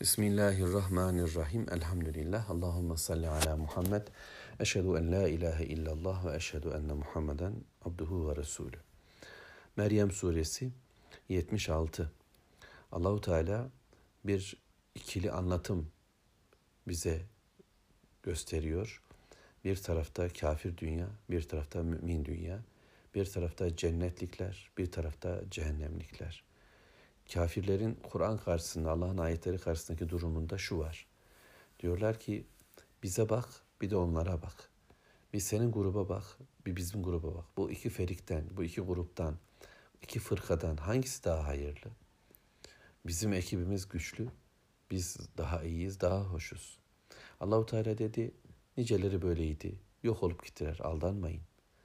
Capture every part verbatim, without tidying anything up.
Bismillahirrahmanirrahim. Elhamdülillah. Allahümme salli ala Muhammed. Eşhedü en la ilahe illallah ve eşhedü enne Muhammeden abduhu ve resulü. Meryem suresi yetmiş altı. Allahu Teala bir ikili anlatım bize gösteriyor. Bir tarafta kafir dünya, bir tarafta mümin dünya, bir tarafta cennetlikler, bir tarafta cehennemlikler. Kafirlerin Kur'an karşısında, Allah'ın ayetleri karşısındaki durumunda şu var. Diyorlar ki bize bak, bir de onlara bak. Bir senin gruba bak, bir bizim gruba bak. Bu iki ferikten, bu iki gruptan, iki fırkadan hangisi daha hayırlı? Bizim ekibimiz güçlü, biz daha iyiyiz, daha hoşuz. Allah-u Teala dedi, niceleri böyleydi, yok olup gittiler, aldanmayın.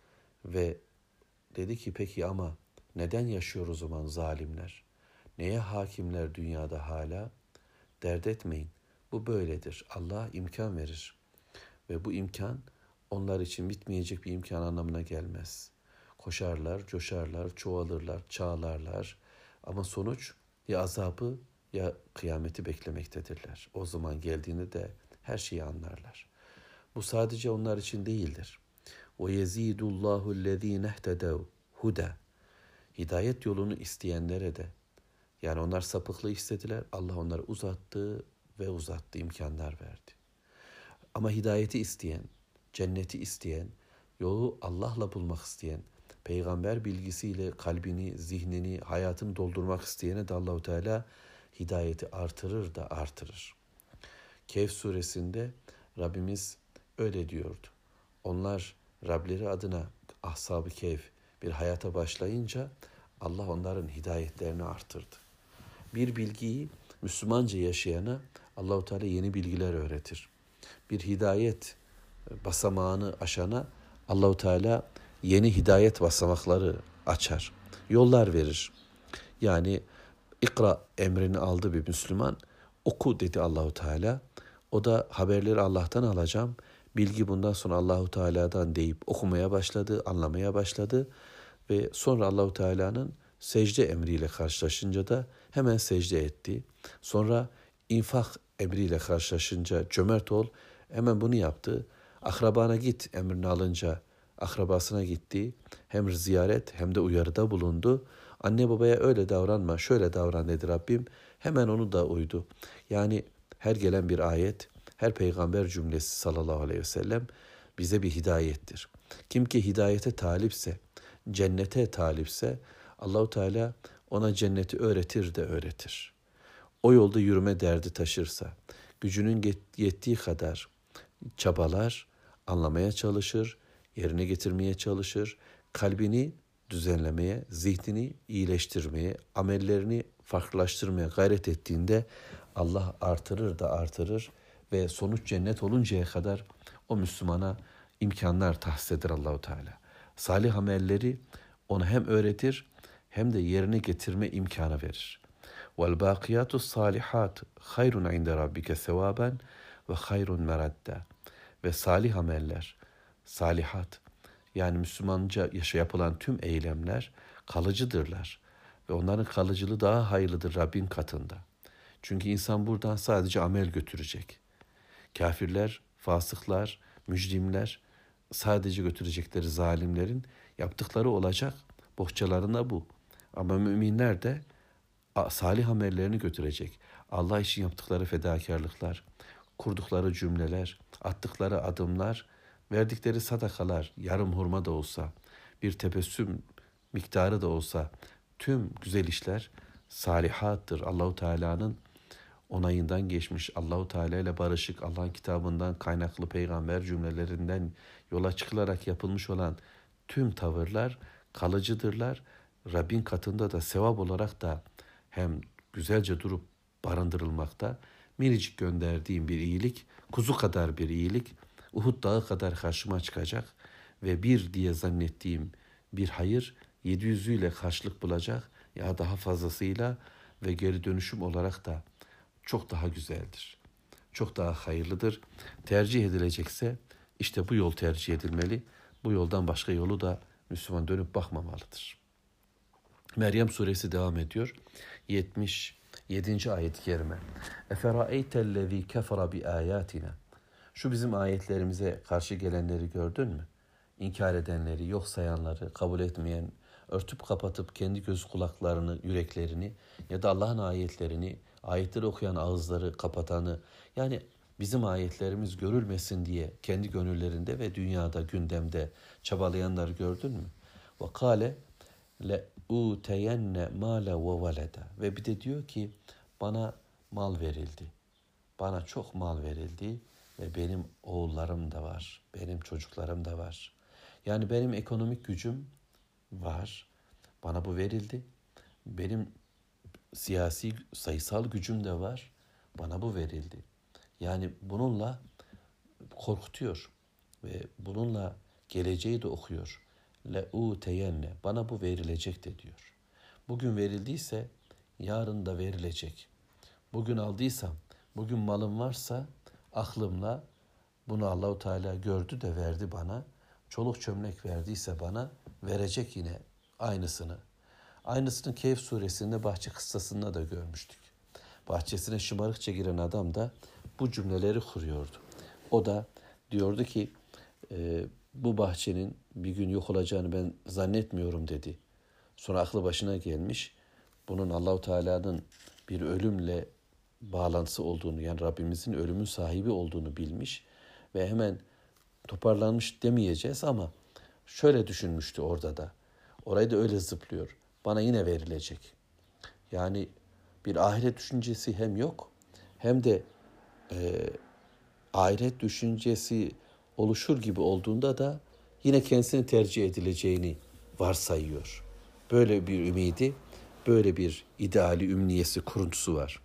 Ve dedi ki peki ama neden yaşıyor o zaman zalimler? Neye hakimler dünyada hala? Dert etmeyin. Bu böyledir. Allah imkan verir. Ve bu imkan onlar için bitmeyecek bir imkan anlamına gelmez. Koşarlar, coşarlar, çoğalırlar, çağlarlar. Ama sonuç ya azabı ya kıyameti beklemektedirler. O zaman geldiğinde de her şeyi anlarlar. Bu sadece onlar için değildir. وَيَزِيدُ اللّٰهُ الَّذ۪ينَ اهْتَدَوْا هُدَى Hidayet yolunu isteyenlere de, yani onlar sapıklığı istediler, Allah onları uzattı ve uzattı, imkanlar verdi. Ama hidayeti isteyen, cenneti isteyen, yolu Allah'la bulmak isteyen, peygamber bilgisiyle kalbini, zihnini, hayatını doldurmak isteyene de Allah-u Teala hidayeti artırır da artırır. Kehf suresinde Rabbimiz öyle diyordu. Onlar Rableri adına Ashab-ı Kehf bir hayata başlayınca Allah onların hidayetlerini artırdı. Bir bilgiyi Müslümanca yaşayana Allah-u Teala yeni bilgiler öğretir. Bir hidayet basamağını aşana Allah-u Teala yeni hidayet basamakları açar. Yollar verir. Yani ikra emrini aldı bir Müslüman. Oku dedi Allah-u Teala. O da haberleri Allah'tan alacağım. Bilgi bundan sonra Allah-u Teala'dan deyip okumaya başladı, anlamaya başladı. Ve sonra Allah-u Teala'nın secde emriyle karşılaşınca da hemen secde etti. Sonra infak emriyle karşılaşınca cömert ol, hemen bunu yaptı. Akrabana git emrini alınca akrabasına gitti. Hem ziyaret hem de uyarıda bulundu. Anne babaya öyle davranma, şöyle davran dedi Rabbim. Hemen onu da uydu. Yani her gelen bir ayet, her peygamber cümlesi sallallahu aleyhi ve sellem bize bir hidayettir. Kim ki hidayete talipse, cennete talipse Allah-u Teala ona cenneti öğretir de öğretir. O yolda yürüme derdi taşırsa, gücünün yettiği kadar çabalar, anlamaya çalışır, yerine getirmeye çalışır, kalbini düzenlemeye, zihnini iyileştirmeye, amellerini farklılaştırmaya gayret ettiğinde Allah artırır da artırır ve sonuç cennet oluncaya kadar o Müslümana imkanlar tahsis eder Allah-u Teala. Salih amelleri ona hem öğretir hem de yerine getirme imkanı verir. وَالْبَاقِيَاتُ الصَّالِحَاتُ خَيْرٌ عِنْدَ رَبِّكَ سَوَابًا وَخَيْرٌ مَرَدَّ Ve salih ameller, salihat, yani Müslümanca yaşa yapılan tüm eylemler kalıcıdırlar. Ve onların kalıcılığı daha hayırlıdır Rabbin katında. Çünkü insan buradan sadece amel götürecek. Kafirler, fasıklar, mücrimler sadece götürecekleri zalimlerin yaptıkları olacak. Bohçalarına bu. Ama müminler de salih amellerini götürecek. Allah için yaptıkları fedakarlıklar, kurdukları cümleler, attıkları adımlar, verdikleri sadakalar, yarım hurma da olsa, bir tebessüm miktarı da olsa, tüm güzel işler salihattır. Allah-u Teala'nın onayından geçmiş, Allah-u Teala ile barışık, Allah'ın kitabından kaynaklı peygamber cümlelerinden yola çıkılarak yapılmış olan tüm tavırlar kalıcıdırlar. Rabbin katında da sevap olarak da hem güzelce durup barındırılmakta, minicik gönderdiğim bir iyilik, kuzu kadar bir iyilik, Uhud dağı kadar karşıma çıkacak ve bir diye zannettiğim bir hayır yedi yüzüyle karşılık bulacak ya daha fazlasıyla ve geri dönüşüm olarak da çok daha güzeldir. Çok daha hayırlıdır. Tercih edilecekse işte bu yol tercih edilmeli. Bu yoldan başka yolu da Müslüman dönüp bakmamalıdır. Meryem suresi devam ediyor. yetmiş yedinci ayet-i kerime. Eferaeytellezî kefere bi âyâtina. Şu bizim ayetlerimize karşı gelenleri gördün mü? İnkar edenleri, yok sayanları, kabul etmeyen, örtüp kapatıp kendi göz kulaklarını, yüreklerini ya da Allah'ın ayetlerini, ayetleri okuyan ağızları kapatanı, yani bizim ayetlerimiz görülmesin diye kendi gönüllerinde ve dünyada, gündemde çabalayanları gördün mü? Ve kâle le'ûteyenne mâle ve veleda. Ve bir de diyor ki bana mal verildi. Bana çok mal verildi ve benim oğullarım da var, benim çocuklarım da var. Yani benim ekonomik gücüm var, bana bu verildi. Benim siyasi, sayısal gücüm de var, bana bu verildi. Yani bununla korkutuyor ve bununla geleceği de okuyor. Le'ûteyenne, bana bu verilecek de diyor. Bugün verildiyse yarın da verilecek. Bugün aldıysam, bugün malım varsa aklımla bunu Allahu Teala gördü de verdi bana. Çoluk çömlek verdiyse bana verecek yine aynısını. Aynısını Kehf suresinde bahçe kıssasında da görmüştük. Bahçesine şımarıkça giren adam da bu cümleleri kuruyordu. O da diyordu ki e, bu bahçenin bir gün yok olacağını ben zannetmiyorum dedi. Sonra aklı başına gelmiş. Bunun Allahu Teala'nın bir ölümle bağlantısı olduğunu, yani Rabbimizin ölümün sahibi olduğunu bilmiş ve hemen toparlanmış demeyeceğiz ama şöyle düşünmüştü orada da. Orayı da öyle zıplıyor. Bana yine verilecek. Yani bir ahiret düşüncesi hem yok hem de e, ahiret düşüncesi oluşur gibi olduğunda da yine kendisini tercih edileceğini varsayıyor. Böyle bir ümidi, böyle bir ideali, ümniyesi, kuruntusu var.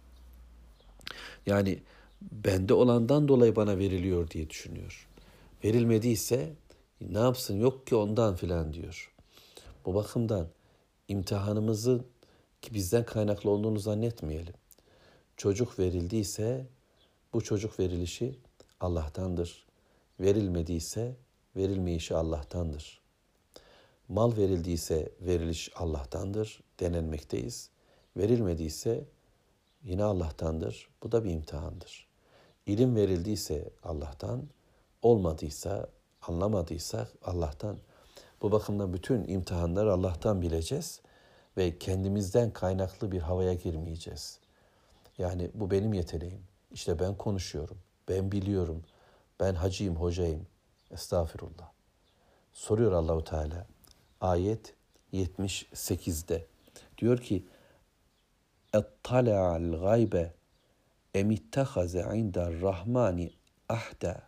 Yani bende olandan dolayı bana veriliyor diye düşünüyor. Verilmediyse ne yapsın, yok ki ondan filan diyor. Bu bakımdan imtihanımızın ki bizden kaynaklı olduğunu zannetmeyelim. Çocuk verildiyse bu çocuk verilişi Allah'tandır. Verilmediyse verilmeyişi Allah'tandır. Mal verildiyse veriliş Allah'tandır, denenmekteyiz. Verilmediyse yine Allah'tandır. Bu da bir imtihandır. İlim verildiyse Allah'tan, olmadıysa, anlamadıysa Allah'tan. Bu bakımdan bütün imtihanları Allah'tan bileceğiz ve kendimizden kaynaklı bir havaya girmeyeceğiz. Yani bu benim yeteneğim. İşte ben konuşuyorum, ben biliyorum, ben hacıyım, hocayım. Estağfirullah. Soruyor Allahu Teala. Ayet yetmiş sekizde. Diyor ki: "Ettala'al gaybe emittehaze indar rahmani ahda."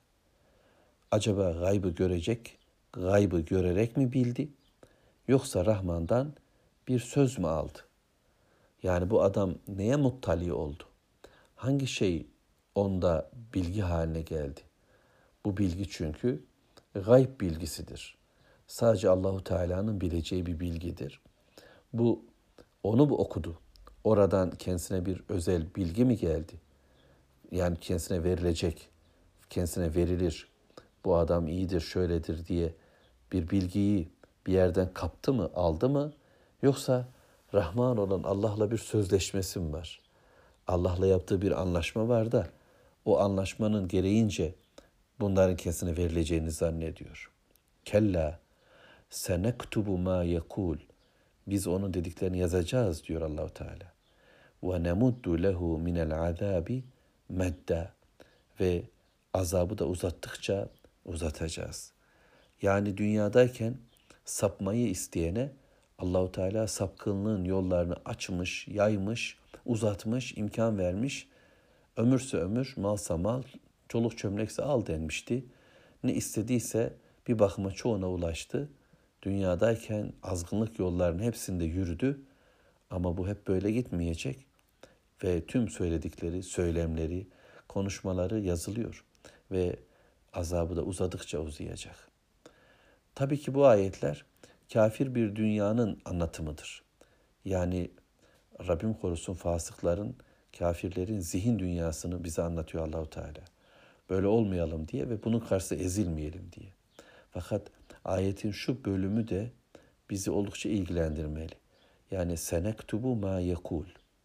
Acaba gaybı görecek, gaybı görerek mi bildi? Yoksa Rahman'dan bir söz mü aldı? Yani bu adam neye muttali oldu? Hangi şey onda bilgi haline geldi? Bu bilgi çünkü gayb bilgisidir. Sadece Allahu Teala'nın bileceği bir bilgidir. Bu onu mu okudu? Oradan kendisine bir özel bilgi mi geldi? Yani kendisine verilecek, kendisine verilir. Bu adam iyidir, şöyledir diye bir bilgiyi bir yerden kaptı mı, aldı mı? Yoksa Rahman olan Allah'la bir sözleşmesi mi var? Allah'la yaptığı bir anlaşma var da o anlaşmanın gereğince bunların kendisine verileceğini zannediyor. Kella senektubu ma yekul. Biz onun dediklerini yazacağız diyor Allahu Teala. Ve nemuddu lehu minel azabi medda. Ve azabı da uzattıkça uzatacağız. Yani dünyadayken sapmayı isteyene Allahu Teala sapkınlığın yollarını açmış, yaymış, uzatmış, imkan vermiş. Ömürse ömür, malsa mal, çoluk çömlekse al denmişti. Ne istediyse bir bakıma çoğuna ulaştı. Dünyadayken azgınlık yollarının hepsinde yürüdü. Ama bu hep böyle gitmeyecek. Ve tüm söyledikleri, söylemleri, konuşmaları yazılıyor. Ve azabı da uzadıkça uzayacak. Tabii ki bu ayetler kafir bir dünyanın anlatımıdır. Yani Rabbim korusun fasıkların, kafirlerin zihin dünyasını bize anlatıyor Allahu Teala. Böyle olmayalım diye ve bunun karşısında ezilmeyelim diye. Fakat ayetin şu bölümü de bizi oldukça ilgilendirmeli. Yani senektubu ma yekul.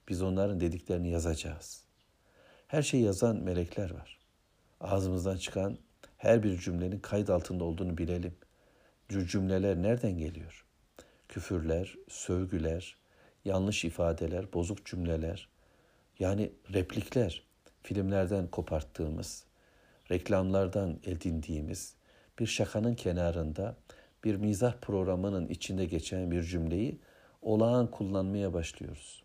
Biz onların dediklerini yazacağız. Her şeyi yazan melekler var. Ağzımızdan çıkan her bir cümlenin kayıt altında olduğunu bilelim. Cümleler nereden geliyor? Küfürler, sövgüler, yanlış ifadeler, bozuk cümleler, yani replikler, filmlerden koparttığımız, reklamlardan edindiğimiz, bir şakanın kenarında, bir mizah programının içinde geçen bir cümleyi olağan kullanmaya başlıyoruz.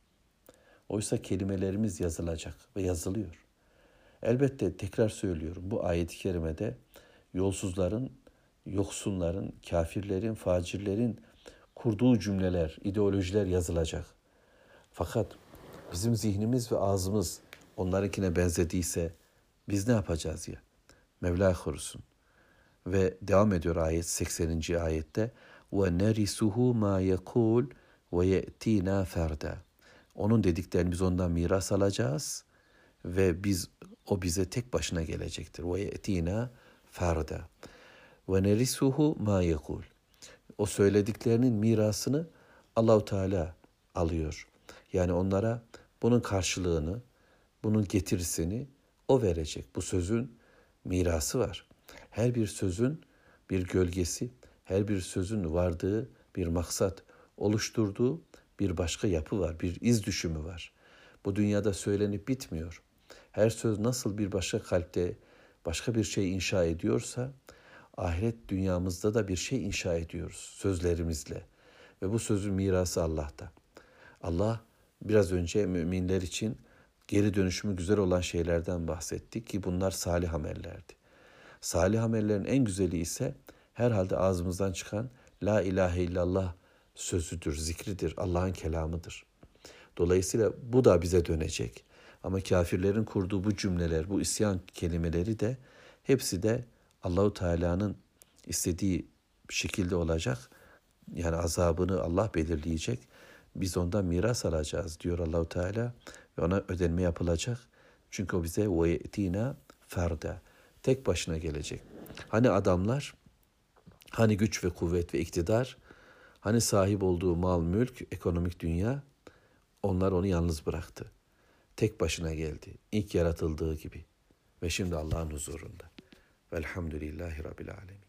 Oysa kelimelerimiz yazılacak ve yazılıyor. Elbette tekrar söylüyorum, bu ayet-i kerimede yolsuzların, yoksunların, kafirlerin, facirlerin kurduğu cümleler, ideolojiler yazılacak. Fakat bizim zihnimiz ve ağzımız onlarınkine benzediyse biz ne yapacağız ya? Mevla korusun. Ve devam ediyor ayet sekseninci ayette. وَنَرِسُهُ مَا يَقُولُ وَيَأْتِينَا فَرْدًا. Onun dediklerini biz ondan miras alacağız ve biz o bize tek başına gelecektir. وَيَأْتِينَا فَرْدًا. وَنَرِسُهُ مَا يَقُولُ. O söylediklerinin mirasını Allah-u Teala alıyor. Yani onlara bunun karşılığını, bunun getirisini o verecek. Bu sözün mirası var. Her bir sözün bir gölgesi, her bir sözün vardığı bir maksat, oluşturduğu bir başka yapı var, bir iz düşümü var. Bu dünyada söylenip bitmiyor. Her söz nasıl bir başka kalpte başka bir şey inşa ediyorsa, ahiret dünyamızda da bir şey inşa ediyoruz sözlerimizle. Ve bu sözün mirası Allah'ta. Allah biraz önce müminler için geri dönüşümü güzel olan şeylerden bahsetti ki bunlar salih amellerdi. Salih amellerin en güzeli ise herhalde ağzımızdan çıkan La ilahe illallah sözüdür, zikridir, Allah'ın kelamıdır. Dolayısıyla bu da bize dönecek. Ama kafirlerin kurduğu bu cümleler, bu isyan kelimeleri de hepsi de Allah-u Teala'nın istediği şekilde olacak. Yani azabını Allah belirleyecek. Biz ondan miras alacağız diyor Allah-u Teala ve ona ödenme yapılacak. Çünkü o bize وَيَأْتِينَا فَرْدًا. Tek başına gelecek. Hani adamlar, hani güç ve kuvvet ve iktidar, hani sahip olduğu mal, mülk, ekonomik dünya, onlar onu yalnız bıraktı. Tek başına geldi. İlk yaratıldığı gibi. Ve şimdi Allah'ın huzurunda. Velhamdülillahi Rabbil Alemin.